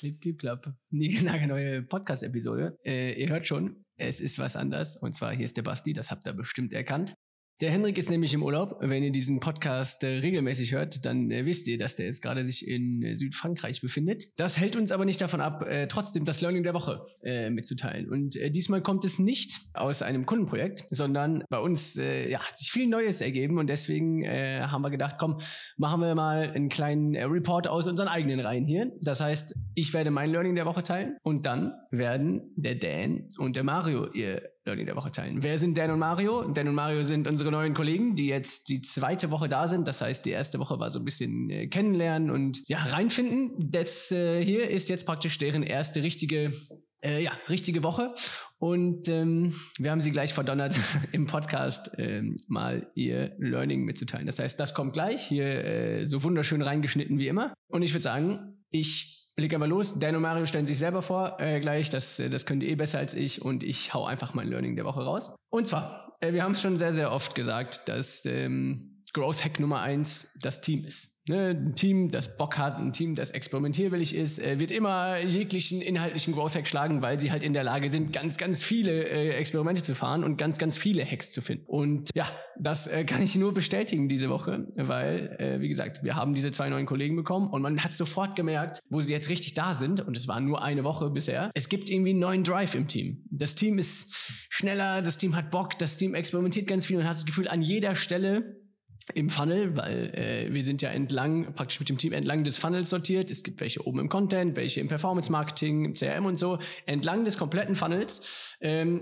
Clip, Clip, Clap. Neue Podcast-Episode. Ihr hört schon, es ist was anders. Und zwar, hier ist der Basti, das habt ihr bestimmt erkannt. Der Henrik ist nämlich im Urlaub. Wenn ihr diesen Podcast regelmäßig hört, dann wisst ihr, dass der jetzt gerade sich in Südfrankreich befindet. Das hält uns aber nicht davon ab, trotzdem das Learning der Woche mitzuteilen. Und diesmal kommt es nicht aus einem Kundenprojekt, sondern bei uns hat sich viel Neues ergeben. Und deswegen haben wir gedacht, komm, machen wir mal einen kleinen Report aus unseren eigenen Reihen hier. Das heißt, ich werde mein Learning der Woche teilen und dann werden der Dan und der Mario ihr Learning der Woche teilen. Wer sind Dan und Mario? Dan und Mario sind unsere neuen Kollegen, die jetzt die zweite Woche da sind. Das heißt, die erste Woche war so ein bisschen kennenlernen und reinfinden. Das hier ist jetzt praktisch deren erste richtige Woche. Und wir haben sie gleich verdonnert, im Podcast mal ihr Learning mitzuteilen. Das heißt, das kommt gleich, hier so wunderschön reingeschnitten wie immer. Und ich würde sagen, leg einfach los. Dan und Mario stellen sich selber vor gleich. Das könnt ihr besser als ich. Und ich hau einfach mein Learning der Woche raus. Und zwar, wir haben es schon sehr, sehr oft gesagt, dass Growth Hack Nummer 1 das Team ist. Ne? Ein Team, das Bock hat, ein Team, das experimentierwillig ist, wird immer jeglichen inhaltlichen Growth Hack schlagen, weil sie halt in der Lage sind, ganz, ganz viele Experimente zu fahren und ganz, ganz viele Hacks zu finden. Und ja, das kann ich nur bestätigen diese Woche, weil, wie gesagt, wir haben diese 2 neuen Kollegen bekommen und man hat sofort gemerkt, wo sie jetzt richtig da sind, und es war nur eine Woche bisher, es gibt irgendwie einen neuen Drive im Team. Das Team ist schneller, das Team hat Bock, das Team experimentiert ganz viel und hat das Gefühl, an jeder Stelle im Funnel, weil wir sind ja praktisch mit dem Team entlang des Funnels sortiert. Es gibt welche oben im Content, welche im Performance-Marketing, im CRM und so. Entlang des kompletten Funnels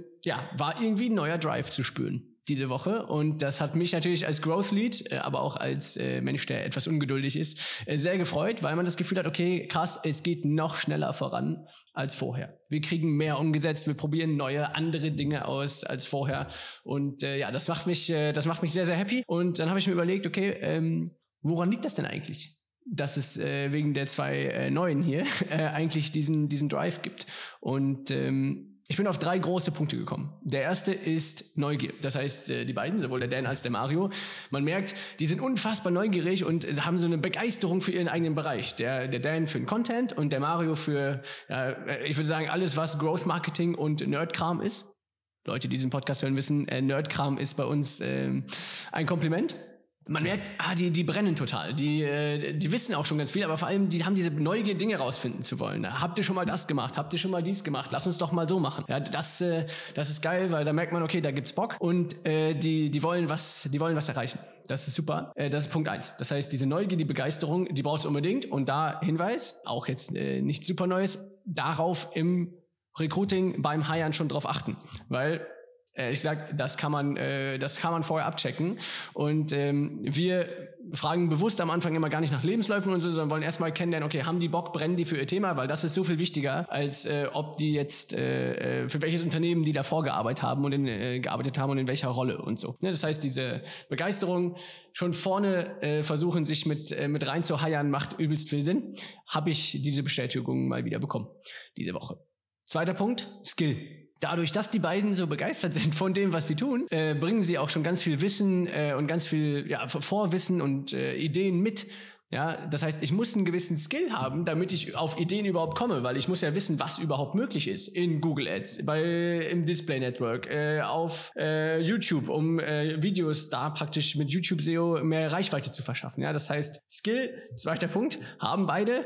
war irgendwie ein neuer Drive zu spüren diese Woche, und das hat mich natürlich als Growth Lead, aber auch als Mensch, der etwas ungeduldig ist, sehr gefreut, weil man das Gefühl hat, okay, krass, es geht noch schneller voran als vorher. Wir kriegen mehr umgesetzt, wir probieren neue, andere Dinge aus als vorher, und das macht mich sehr, sehr happy. Und dann habe ich mir überlegt, okay, woran liegt das denn eigentlich, dass es wegen der 2 Neuen hier eigentlich diesen Drive gibt? Und ich bin auf 3 große Punkte gekommen. Der erste ist Neugier. Das heißt, die beiden, sowohl der Dan als der Mario, man merkt, die sind unfassbar neugierig und haben so eine Begeisterung für ihren eigenen Bereich. Der Dan für den Content und der Mario für, ich würde sagen, alles, was Growth Marketing und Nerdkram ist. Leute, die diesen Podcast hören, wissen, Nerdkram ist bei uns ein Kompliment. Man merkt, die brennen total. Die wissen auch schon ganz viel, aber vor allem, die haben diese Neugier, Dinge rausfinden zu wollen. Habt ihr schon mal das gemacht? Habt ihr schon mal dies gemacht? Lass uns doch mal so machen. Ja, das ist geil, weil da merkt man, okay, da gibt's Bock, und die wollen was erreichen. Das ist super. Das ist Punkt 1. Das heißt, diese Neugier, die Begeisterung, die braucht es unbedingt. Und da Hinweis, auch jetzt nichts super Neues, darauf im Recruiting beim Hiren schon drauf achten. Weil ich gesagt, das kann man vorher abchecken, und wir fragen bewusst am Anfang immer gar nicht nach Lebensläufen und so, sondern wollen erstmal kennenlernen, okay, haben die Bock, brennen die für ihr Thema, weil das ist so viel wichtiger, als ob die jetzt für welches Unternehmen die davor gearbeitet haben und in welcher Rolle und so. Das heißt, diese Begeisterung schon vorne versuchen, sich mit rein zu hiren, macht übelst viel Sinn. Habe ich diese Bestätigung mal wieder bekommen diese Woche. Zweiter Punkt, Skill. Dadurch, dass die beiden so begeistert sind von dem, was sie tun, bringen sie auch schon ganz viel Wissen und ganz viel Vorwissen und Ideen mit. Ja, das heißt, ich muss einen gewissen Skill haben, damit ich auf Ideen überhaupt komme, weil ich muss ja wissen, was überhaupt möglich ist in Google Ads, im Display Network, auf YouTube, um Videos da praktisch mit YouTube SEO mehr Reichweite zu verschaffen. Ja, das heißt, Skill, zweiter Punkt, haben beide,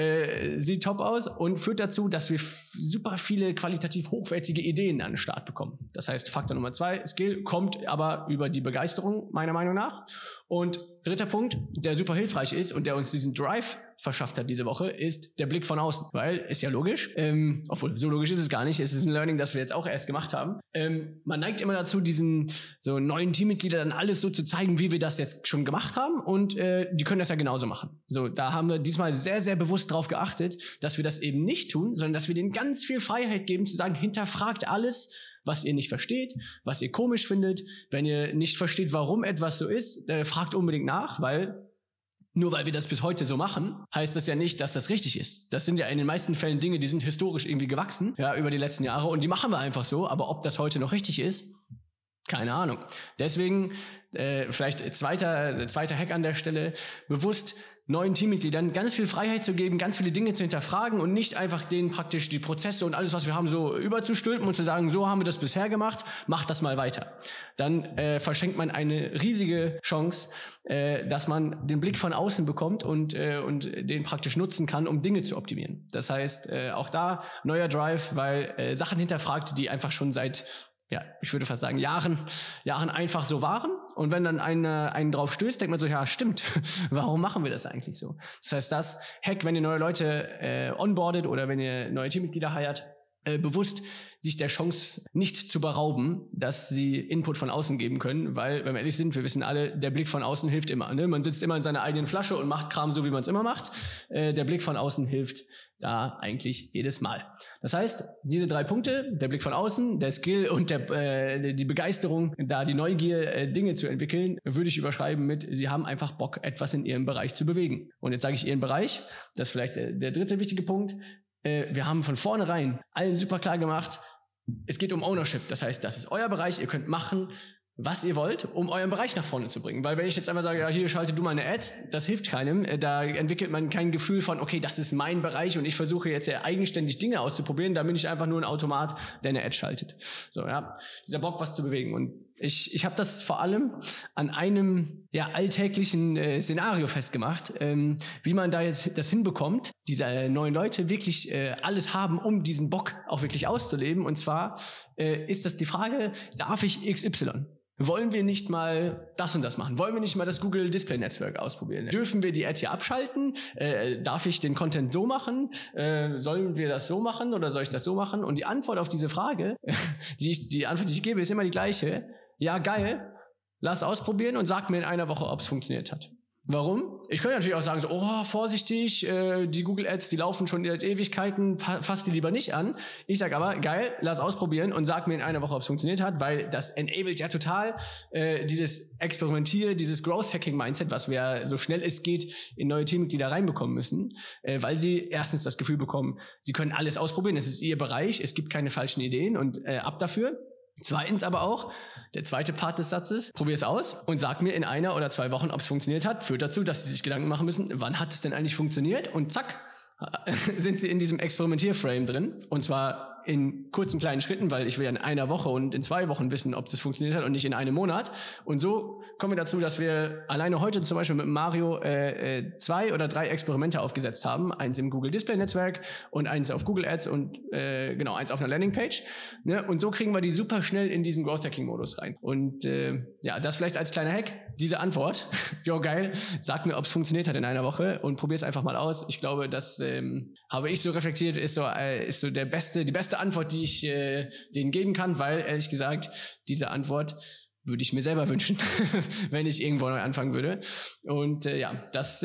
sieht top aus und führt dazu, dass wir super viele qualitativ hochwertige Ideen an den Start bekommen. Das heißt, Faktor Nummer 2, Skill kommt aber über die Begeisterung, meiner Meinung nach. Und dritter Punkt, der super hilfreich ist und der uns diesen Drive verschafft hat diese Woche, ist der Blick von außen. Weil, ist ja logisch, obwohl, so logisch ist es gar nicht, es ist ein Learning, das wir jetzt auch erst gemacht haben. Man neigt immer dazu, diesen so neuen Teammitgliedern alles so zu zeigen, wie wir das jetzt schon gemacht haben, und die können das ja genauso machen. So, da haben wir diesmal sehr, sehr bewusst darauf geachtet, dass wir das eben nicht tun, sondern dass wir denen ganz viel Freiheit geben, zu sagen, hinterfragt alles, was ihr nicht versteht, was ihr komisch findet. Wenn ihr nicht versteht, warum etwas so ist, fragt unbedingt nach, weil nur weil wir das bis heute so machen, heißt das ja nicht, dass das richtig ist. Das sind ja in den meisten Fällen Dinge, die sind historisch irgendwie gewachsen, ja, über die letzten Jahre, und die machen wir einfach so, aber ob das heute noch richtig ist, keine Ahnung. Deswegen vielleicht zweiter Hack an der Stelle, bewusst neuen Teammitgliedern ganz viel Freiheit zu geben, ganz viele Dinge zu hinterfragen und nicht einfach denen praktisch die Prozesse und alles, was wir haben, so überzustülpen und zu sagen, so haben wir das bisher gemacht, macht das mal weiter. Dann verschenkt man eine riesige Chance, dass man den Blick von außen bekommt und den praktisch nutzen kann, um Dinge zu optimieren. Das heißt, auch da neuer Drive, weil Sachen hinterfragt, die einfach schon seit, ja, ich würde fast sagen, Jahren einfach so waren. Und wenn dann einen drauf stößt, denkt man so, ja, stimmt, warum machen wir das eigentlich so? Das heißt, das Hack, wenn ihr neue Leute onboardet oder wenn ihr neue Teammitglieder hired, bewusst sich der Chance nicht zu berauben, dass sie Input von außen geben können, weil, wenn wir ehrlich sind, wir wissen alle, der Blick von außen hilft immer. Ne? Man sitzt immer in seiner eigenen Flasche und macht Kram so, wie man es immer macht. Der Blick von außen hilft da eigentlich jedes Mal. Das heißt, diese 3 Punkte, der Blick von außen, der Skill und die Begeisterung, da die Neugier, Dinge zu entwickeln, würde ich überschreiben mit, sie haben einfach Bock, etwas in ihrem Bereich zu bewegen. Und jetzt sage ich ihren Bereich, das ist vielleicht der dritte wichtige Punkt. Wir haben von vornherein allen super klar gemacht, es geht um Ownership. Das heißt, das ist euer Bereich, ihr könnt machen, was ihr wollt, um euren Bereich nach vorne zu bringen. Weil wenn ich jetzt einfach sage, ja, hier schalte du mal eine Ad, das hilft keinem. Da entwickelt man kein Gefühl von, okay, das ist mein Bereich und ich versuche jetzt ja eigenständig Dinge auszuprobieren. Da bin ich einfach nur ein Automat, der eine Ad schaltet. So, ja, dieser Bock, was zu bewegen. Und ich habe das vor allem an einem alltäglichen Szenario festgemacht, wie man da jetzt das hinbekommt, diese neuen Leute wirklich alles haben, um diesen Bock auch wirklich auszuleben. Und zwar ist das die Frage, darf ich XY? Wollen wir nicht mal das und das machen? Wollen wir nicht mal das Google Display Netzwerk ausprobieren? Dürfen wir die Ad hier abschalten? Darf ich den Content so machen? Sollen wir das so machen oder soll ich das so machen? Und die Antwort auf diese Frage, die Antwort, die ich gebe, ist immer die gleiche. Ja, geil, lass ausprobieren und sag mir in einer Woche, ob es funktioniert hat. Warum? Ich könnte natürlich auch sagen, so, oh, vorsichtig, die Google Ads, die laufen schon seit Ewigkeiten, fass die lieber nicht an. Ich sag aber, geil, lass ausprobieren und sag mir in einer Woche, ob es funktioniert hat, weil das enabled ja total dieses dieses Growth-Hacking-Mindset, was wir so schnell es geht in neue Teammitglieder reinbekommen müssen, weil sie erstens das Gefühl bekommen, sie können alles ausprobieren, es ist ihr Bereich, es gibt keine falschen Ideen und ab dafür. Zweitens aber auch, der zweite Part des Satzes, probier es aus und sag mir in 1 oder 2 Wochen, ob es funktioniert hat, führt dazu, dass sie sich Gedanken machen müssen, wann hat es denn eigentlich funktioniert und zack, sind sie in diesem Experimentierframe drin und zwar in kurzen kleinen Schritten, weil ich will ja in 1 Woche und in 2 Wochen wissen, ob das funktioniert hat und nicht in 1 Monat. Und so kommen wir dazu, dass wir alleine heute zum Beispiel mit Mario 2 oder 3 Experimente aufgesetzt haben. Eins im Google Display Netzwerk und eins auf Google Ads und eins auf einer Landingpage. Ne? Und so kriegen wir die super schnell in diesen Growth Hacking Modus rein. Und das vielleicht als kleiner Hack. Diese Antwort, jo geil, sag mir, ob es funktioniert hat in 1 Woche und probier es einfach mal aus. Ich glaube, das habe ich so reflektiert, ist so die beste Antwort, die ich denen geben kann, weil, ehrlich gesagt, diese Antwort würde ich mir selber wünschen, wenn ich irgendwo neu anfangen würde. Und das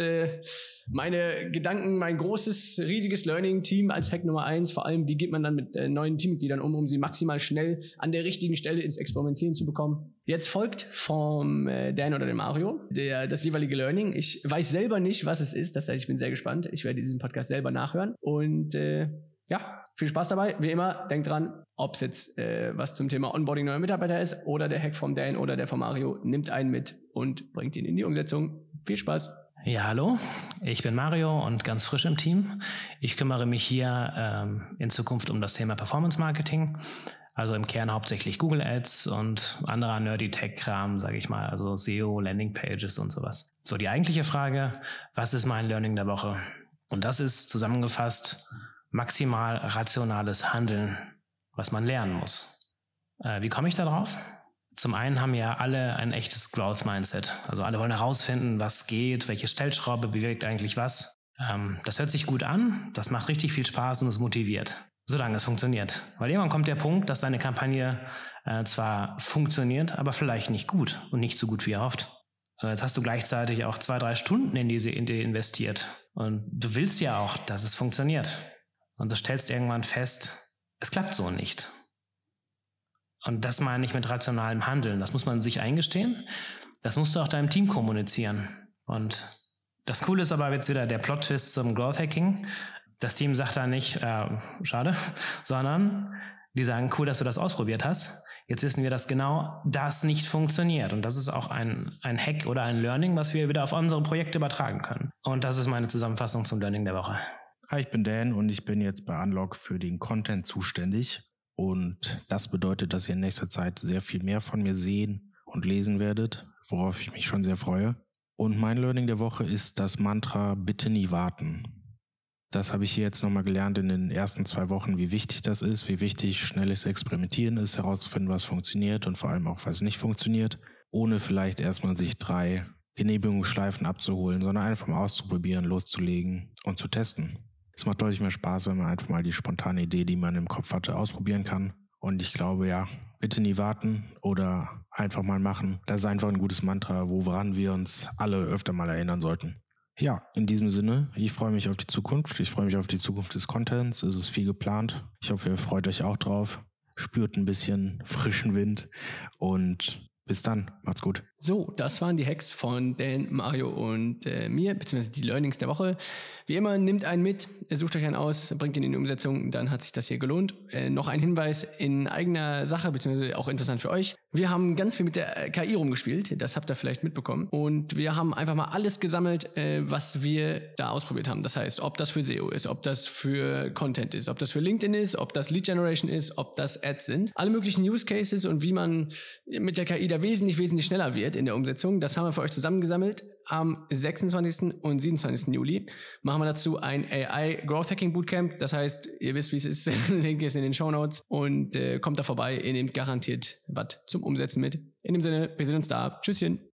meine Gedanken, mein großes, riesiges Learning-Team als Hack Nummer 1, vor allem, wie geht man dann mit neuen Teammitgliedern um sie maximal schnell an der richtigen Stelle ins Experimentieren zu bekommen. Jetzt folgt vom Dan oder dem Mario das jeweilige Learning. Ich weiß selber nicht, was es ist, das heißt, ich bin sehr gespannt. Ich werde diesen Podcast selber nachhören und viel Spaß dabei. Wie immer, denkt dran, ob es jetzt was zum Thema Onboarding neuer Mitarbeiter ist oder der Hack vom Dan oder der von Mario, nimmt einen mit und bringt ihn in die Umsetzung. Viel Spaß! Ja, hallo, ich bin Mario und ganz frisch im Team. Ich kümmere mich hier in Zukunft um das Thema Performance Marketing, also im Kern hauptsächlich Google Ads und anderer Nerdy Tech-Kram, sage ich mal, also SEO, Landingpages und sowas. So, die eigentliche Frage, was ist mein Learning der Woche? Und das ist zusammengefasst maximal rationales Handeln, was man lernen muss. Wie komme ich da drauf? Zum einen haben ja alle ein echtes Growth-Mindset. Also alle wollen herausfinden, was geht, welche Stellschraube bewirkt eigentlich was. Das hört sich gut an, das macht richtig viel Spaß und es motiviert, solange es funktioniert. Weil irgendwann kommt der Punkt, dass deine Kampagne zwar funktioniert, aber vielleicht nicht gut und nicht so gut wie erhofft. Jetzt hast du gleichzeitig auch 2-3 Stunden in die investiert. Und du willst ja auch, dass es funktioniert. Und du stellst irgendwann fest, es klappt so nicht. Und das meine ich mit rationalem Handeln. Das muss man sich eingestehen. Das musst du auch deinem Team kommunizieren. Und das Coole ist aber jetzt wieder der Plot-Twist zum Growth Hacking. Das Team sagt da nicht, schade, sondern die sagen, cool, dass du das ausprobiert hast. Jetzt wissen wir, dass genau das nicht funktioniert. Und das ist auch ein Hack oder ein Learning, was wir wieder auf unsere Projekte übertragen können. Und das ist meine Zusammenfassung zum Learning der Woche. Hi, ich bin Dan und ich bin jetzt bei Unlock für den Content zuständig. Und das bedeutet, dass ihr in nächster Zeit sehr viel mehr von mir sehen und lesen werdet, worauf ich mich schon sehr freue. Und mein Learning der Woche ist das Mantra, bitte nie warten. Das habe ich hier jetzt nochmal gelernt in den ersten 2 Wochen, wie wichtig das ist, wie wichtig schnelles Experimentieren ist, herauszufinden, was funktioniert und vor allem auch, was nicht funktioniert, ohne vielleicht erstmal sich 3 Genehmigungsschleifen abzuholen, sondern einfach mal auszuprobieren, loszulegen und zu testen. Es macht deutlich mehr Spaß, wenn man einfach mal die spontane Idee, die man im Kopf hatte, ausprobieren kann. Und ich glaube, ja, bitte nie warten oder einfach mal machen. Das ist einfach ein gutes Mantra, woran wir uns alle öfter mal erinnern sollten. Ja, in diesem Sinne, ich freue mich auf die Zukunft. Ich freue mich auf die Zukunft des Contents. Es ist viel geplant. Ich hoffe, ihr freut euch auch drauf. Spürt ein bisschen frischen Wind und bis dann. Macht's gut. So, das waren die Hacks von Dan, Mario und mir, beziehungsweise die Learnings der Woche. Wie immer, nehmt einen mit, sucht euch einen aus, bringt ihn in die Umsetzung, dann hat sich das hier gelohnt. Noch ein Hinweis in eigener Sache, beziehungsweise auch interessant für euch. Wir haben ganz viel mit der KI rumgespielt, das habt ihr vielleicht mitbekommen. Und wir haben einfach mal alles gesammelt, was wir da ausprobiert haben. Das heißt, ob das für SEO ist, ob das für Content ist, ob das für LinkedIn ist, ob das Lead Generation ist, ob das Ads sind. Alle möglichen Use Cases und wie man mit der KI da wesentlich schneller wird in der Umsetzung. Das haben wir für euch zusammengesammelt. Am 26. und 27. Juli machen wir dazu ein AI Growth Hacking Bootcamp. Das heißt, ihr wisst, wie es ist. Link ist in den Shownotes und kommt da vorbei. Ihr nehmt garantiert was zum Umsetzen mit. In dem Sinne, wir sehen uns da. Tschüsschen.